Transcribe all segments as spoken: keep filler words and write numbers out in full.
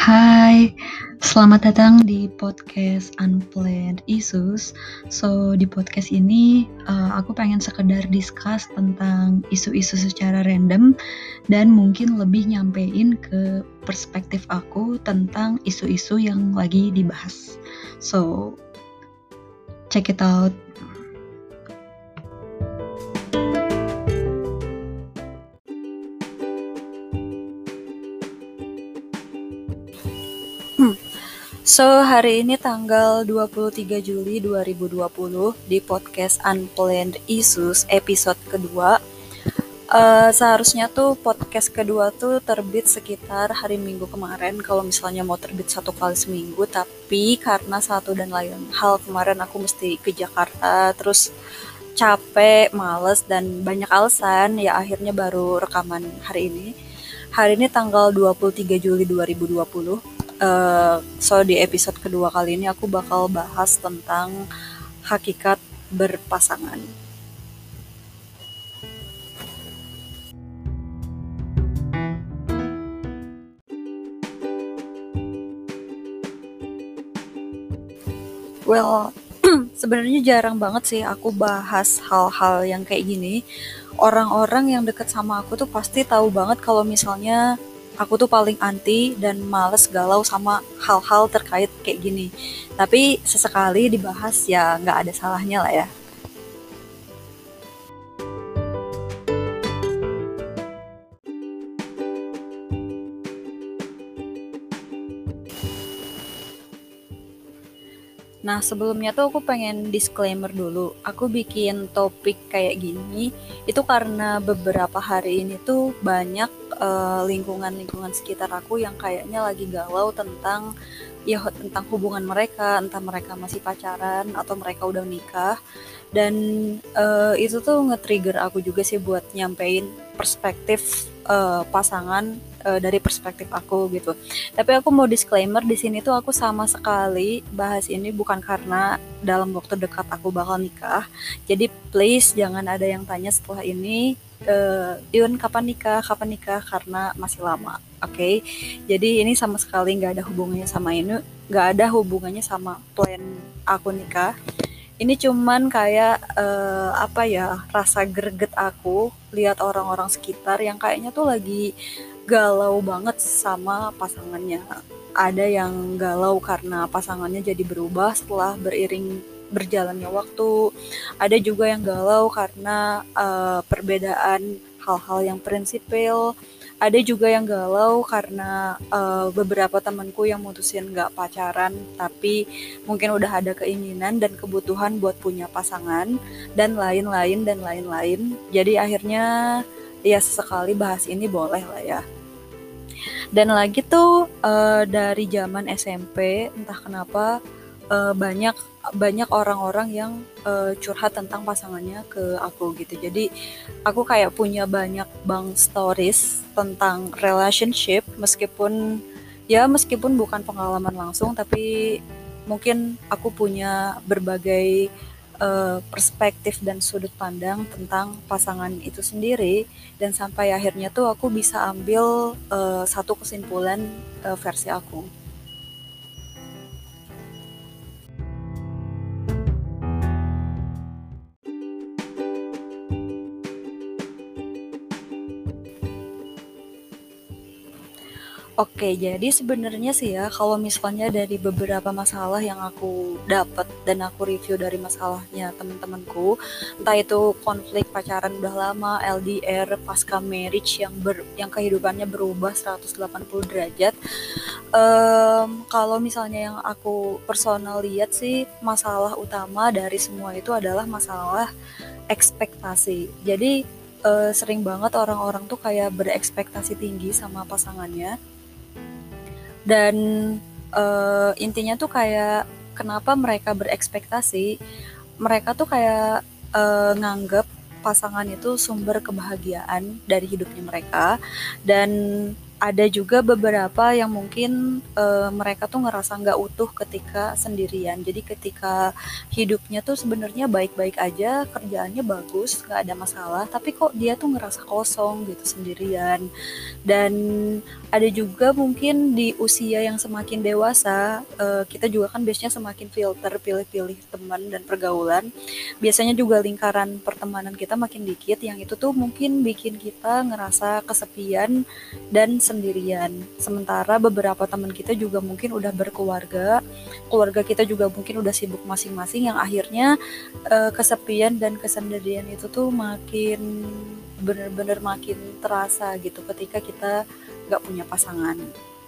Hai, selamat datang di podcast Unplanned Issues. So, di podcast ini uh, aku pengen sekedar discuss tentang isu-isu secara random dan mungkin lebih nyampein ke perspektif aku tentang isu-isu yang lagi dibahas. So, check it out. So, hari ini tanggal dua puluh tiga Juli dua ribu dua puluh di podcast Unplanned Issues episode kedua. Uh, seharusnya tuh podcast kedua tuh terbit sekitar hari Minggu kemarin kalau misalnya mau terbit satu kali seminggu, tapi karena satu dan lain hal kemarin aku mesti ke Jakarta, terus capek, males, dan banyak alasan, ya akhirnya baru rekaman hari ini. Hari ini tanggal dua puluh tiga Juli dua ribu dua puluh. Uh, so di episode kedua kali ini aku bakal bahas tentang hakikat berpasangan. Well, sebenarnya jarang banget sih aku bahas hal-hal yang kayak gini. Orang-orang yang deket sama aku tuh pasti tahu banget kalau misalnya aku tuh paling anti dan males galau sama hal-hal terkait kayak gini. Tapi sesekali dibahas ya nggak ada salahnya lah ya. Nah, sebelumnya tuh aku pengen disclaimer dulu. Aku bikin topik kayak gini itu karena beberapa hari ini tuh banyak uh, lingkungan-lingkungan sekitar aku yang kayaknya lagi galau tentang ya tentang hubungan mereka, entah mereka masih pacaran atau mereka udah nikah. Dan uh, itu tuh nge-trigger aku juga sih buat nyampein perspektif uh, pasangan uh, dari perspektif aku gitu. Tapi aku mau disclaimer di sini tuh aku sama sekali bahas ini bukan karena dalam waktu dekat aku bakal nikah. Jadi please jangan ada yang tanya setelah ini, uh, Yun kapan nikah, kapan nikah, karena masih lama. Oke, okay? Jadi ini sama sekali nggak ada hubungannya sama ini, nggak ada hubungannya sama plan aku nikah. Ini cuman kayak uh, apa ya, rasa greget aku lihat orang-orang sekitar yang kayaknya tuh lagi galau banget sama pasangannya. Ada yang galau karena pasangannya jadi berubah setelah beriring berjalannya waktu. Ada juga yang galau karena uh, perbedaan hal-hal yang prinsipil. Ada juga yang galau karena uh, beberapa temanku yang mutusin gak pacaran, tapi mungkin udah ada keinginan dan kebutuhan buat punya pasangan, dan lain-lain, dan lain-lain. Jadi akhirnya ya sesekali bahas ini boleh lah ya. Dan lagi tuh uh, dari zaman S M P, entah kenapa uh, banyak banyak orang-orang yang uh, curhat tentang pasangannya ke aku gitu. Jadi aku kayak punya banyak bang stories tentang relationship, meskipun ya meskipun bukan pengalaman langsung, tapi mungkin aku punya berbagai uh, perspektif dan sudut pandang tentang pasangan itu sendiri, dan sampai akhirnya tuh aku bisa ambil uh, satu kesimpulan uh, versi aku. Oke, jadi sebenarnya sih ya, kalau misalnya dari beberapa masalah yang aku dapat dan aku review dari masalahnya teman-temanku, entah itu konflik pacaran udah lama, L D R, pasca marriage yang ber, yang kehidupannya berubah seratus delapan puluh derajat. Um, kalau misalnya yang aku personal lihat sih, masalah utama dari semua itu adalah masalah ekspektasi. Jadi uh, sering banget orang-orang tuh kayak berekspektasi tinggi sama pasangannya. Dan uh, intinya tuh kayak kenapa mereka berekspektasi, mereka tuh kayak uh, nganggep pasangan itu sumber kebahagiaan dari hidupnya mereka, dan ada juga beberapa yang mungkin uh, mereka tuh ngerasa nggak utuh ketika sendirian. Jadi ketika hidupnya tuh sebenarnya baik-baik aja, kerjaannya bagus, nggak ada masalah, tapi kok dia tuh ngerasa kosong gitu sendirian. Dan ada juga mungkin di usia yang semakin dewasa, uh, kita juga kan biasanya semakin filter, pilih-pilih teman dan pergaulan. Biasanya juga lingkaran pertemanan kita makin dikit, yang itu tuh mungkin bikin kita ngerasa kesepian dan sendirian. Sementara beberapa teman kita juga mungkin udah berkeluarga, keluarga kita juga mungkin udah sibuk masing-masing, yang akhirnya uh, kesepian dan kesendirian itu tuh makin bener-bener makin terasa gitu ketika kita nggak punya pasangan.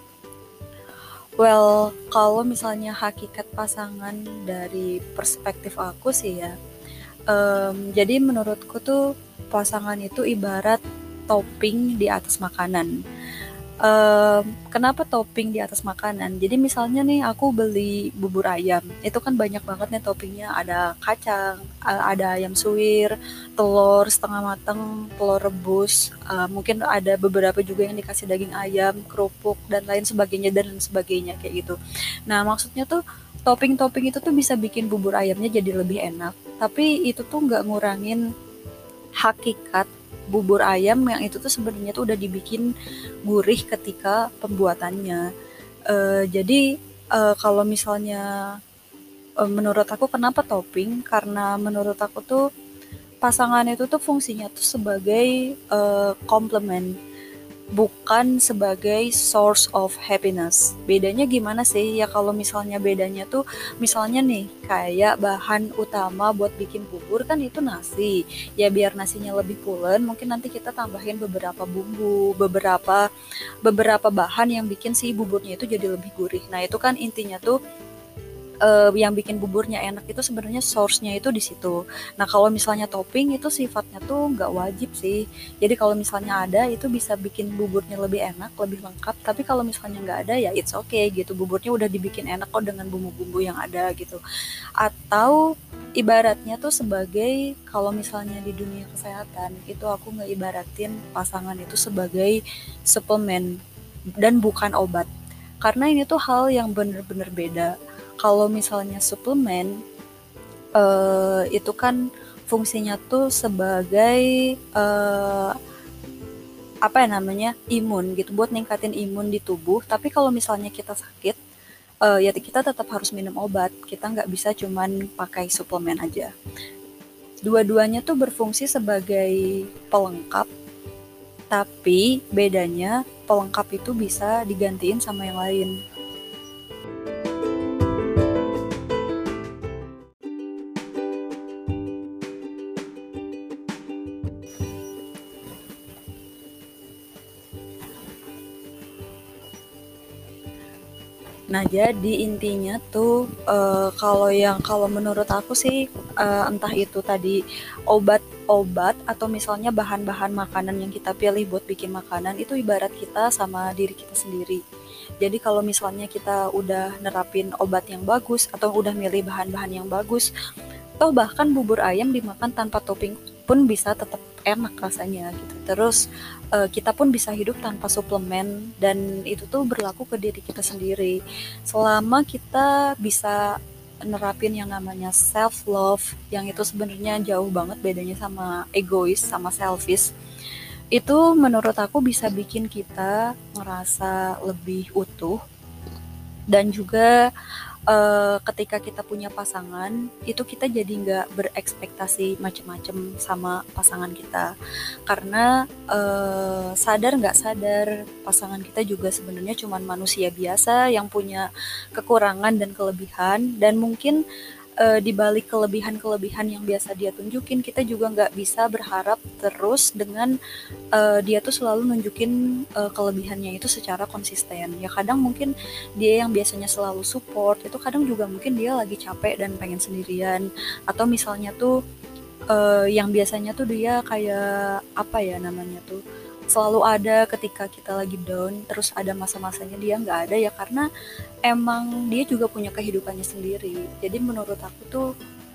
Well, kalau misalnya hakikat pasangan dari perspektif aku sih ya, um, jadi menurutku tuh pasangan itu ibarat topping di atas makanan. Eee, kenapa topping di atas makanan? Jadi misalnya nih aku beli bubur ayam, itu kan banyak banget nih toppingnya, ada kacang, eee, ada ayam suwir, telur setengah mateng, telur rebus, eee, mungkin ada beberapa juga yang dikasih daging ayam, kerupuk, dan lain sebagainya dan lain sebagainya, kayak gitu. Nah, maksudnya tuh topping-topping itu tuh bisa bikin bubur ayamnya jadi lebih enak, tapi itu tuh nggak ngurangin hakikat bubur ayam yang itu tuh sebenarnya tuh udah dibikin gurih ketika pembuatannya. Eh, jadi eh, kalau misalnya eh, menurut aku kenapa topping? Karena menurut aku tuh pasangan itu tuh fungsinya tuh sebagai eh, komplement, bukan sebagai source of happiness. Bedanya gimana sih? Ya kalau misalnya bedanya tuh, misalnya nih, kayak bahan utama buat bikin bubur kan itu nasi. Ya biar nasinya lebih pulen, mungkin nanti kita tambahin beberapa bumbu, beberapa beberapa bahan yang bikin si buburnya itu jadi lebih gurih. Nah itu kan intinya tuh eh, yang bikin buburnya enak itu sebenarnya source-nya itu di situ. Nah, kalau misalnya topping itu sifatnya tuh nggak wajib sih. Jadi kalau misalnya ada itu bisa bikin buburnya lebih enak, lebih lengkap. Tapi kalau misalnya nggak ada ya it's okay gitu. Buburnya udah dibikin enak kok dengan bumbu-bumbu yang ada gitu. Atau ibaratnya tuh sebagai kalau misalnya di dunia kesehatan itu aku nggak ibaratin pasangan itu sebagai suplemen dan bukan obat. Karena ini tuh hal yang bener-bener beda. Kalau misalnya suplemen, eh, itu kan fungsinya tuh sebagai eh, apa ya namanya, imun gitu, buat ningkatin imun di tubuh. Tapi kalau misalnya kita sakit, eh, ya kita tetap harus minum obat. Kita nggak bisa cuman pakai suplemen aja. Dua-duanya tuh berfungsi sebagai pelengkap, tapi bedanya pelengkap itu bisa digantiin sama yang lain. Nah, jadi intinya tuh eh, kalau yang kalau menurut aku sih eh, entah itu tadi obat-obat atau misalnya bahan-bahan makanan yang kita pilih buat bikin makanan itu ibarat kita sama diri kita sendiri. Jadi kalau misalnya kita udah nerapin obat yang bagus atau udah milih bahan-bahan yang bagus, toh bahkan bubur ayam dimakan tanpa topping pun bisa tetap enak rasanya gitu. Terus eh, kita pun bisa hidup tanpa suplemen dan itu tuh berlaku ke diri kita sendiri. Selama kita bisa nerapin yang namanya self love, yang itu sebenarnya jauh banget bedanya sama egois sama selfish. Itu menurut aku bisa bikin kita ngerasa lebih utuh dan juga eh, ketika kita punya pasangan itu kita jadi nggak berekspektasi macem-macem sama pasangan kita karena eh, sadar nggak sadar pasangan kita juga sebenarnya cuma manusia biasa yang punya kekurangan dan kelebihan dan mungkin eh, di balik kelebihan-kelebihan yang biasa dia tunjukin kita juga nggak bisa berharap terus dengan eh, dia tuh selalu nunjukin eh, kelebihannya itu secara konsisten. Ya kadang mungkin dia yang biasanya selalu support, itu kadang juga mungkin dia lagi capek dan pengen sendirian. Atau misalnya tuh eh, yang biasanya tuh dia kayak apa ya namanya tuh selalu ada ketika kita lagi down, terus ada masa-masanya dia nggak ada ya karena emang dia juga punya kehidupannya sendiri. Jadi menurut aku tuh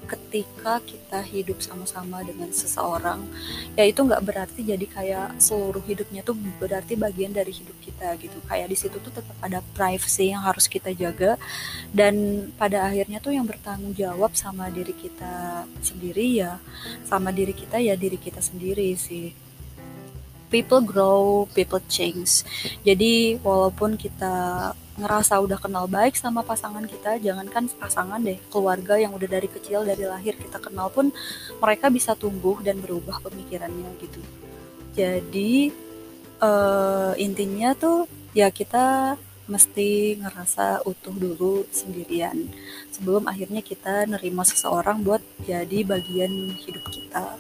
ketika kita hidup sama-sama dengan seseorang, ya itu nggak berarti jadi kayak seluruh hidupnya tuh berarti bagian dari hidup kita gitu. Kayak di situ tuh tetap ada privacy yang harus kita jaga, dan pada akhirnya tuh yang bertanggung jawab sama diri kita sendiri ya, sama diri kita ya diri kita sendiri sih. People grow, people change. Jadi walaupun kita ngerasa udah kenal baik sama pasangan kita, jangankan pasangan deh, keluarga yang udah dari kecil, dari lahir kita kenal pun, mereka bisa tumbuh dan berubah pemikirannya gitu. Jadi eh, intinya tuh ya kita mesti ngerasa utuh dulu sendirian sebelum akhirnya kita nerima seseorang buat jadi bagian hidup kita.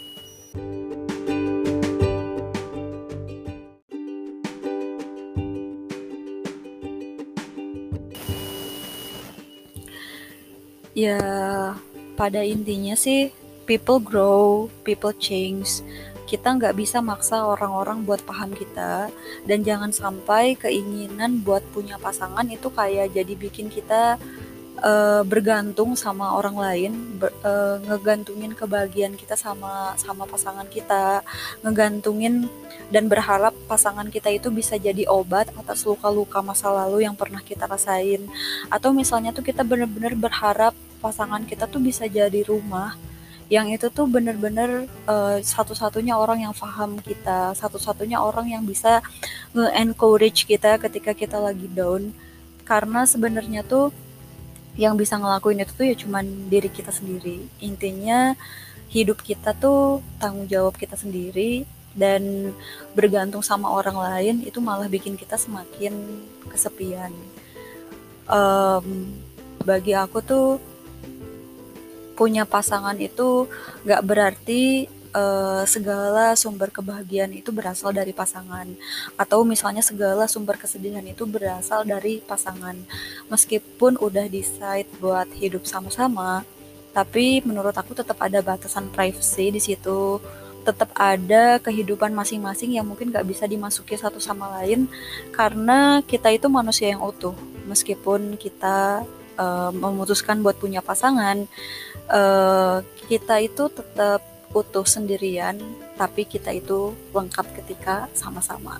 Ya, pada intinya sih, people grow, people change. Kita nggak bisa maksa orang-orang buat paham kita, dan jangan sampai keinginan buat punya pasangan itu kayak jadi bikin kita eh, bergantung sama orang lain, ber- eh, ngegantungin kebahagiaan kita sama sama pasangan kita, ngegantungin dan berharap pasangan kita itu bisa jadi obat atas luka-luka masa lalu yang pernah kita rasain. Atau misalnya tuh kita bener-bener berharap pasangan kita tuh bisa jadi rumah yang itu tuh bener-bener eh, satu-satunya orang yang paham kita, satu-satunya orang yang bisa nge-encourage kita ketika kita lagi down. Karena sebenarnya tuh yang bisa ngelakuin itu tuh ya cuman diri kita sendiri. Intinya hidup kita tuh tanggung jawab kita sendiri, dan bergantung sama orang lain itu malah bikin kita semakin kesepian. Em, Bagi aku tuh punya pasangan itu gak berarti eh, segala sumber kebahagiaan itu berasal dari pasangan, atau misalnya segala sumber kesedihan itu berasal dari pasangan. Meskipun udah decide buat hidup sama-sama, tapi menurut aku tetap ada batasan privacy di situ. Tetap ada kehidupan masing-masing yang mungkin gak bisa dimasuki satu sama lain, karena kita itu manusia yang utuh. Meskipun kita eh, memutuskan buat punya pasangan, eh, kita itu tetap utuh sendirian, tapi kita itu lengkap ketika sama-sama.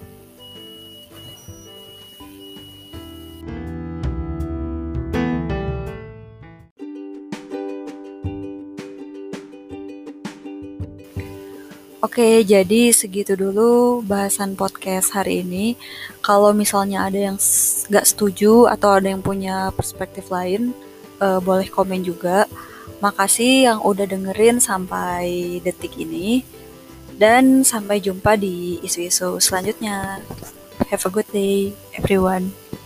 Oke, jadi segitu dulu bahasan podcast hari ini. Kalau misalnya ada yang s- nggak setuju atau ada yang punya perspektif lain, eh, boleh komen juga. Makasih yang udah dengerin sampai detik ini, dan sampai jumpa di isu-isu selanjutnya. Have a good day, everyone.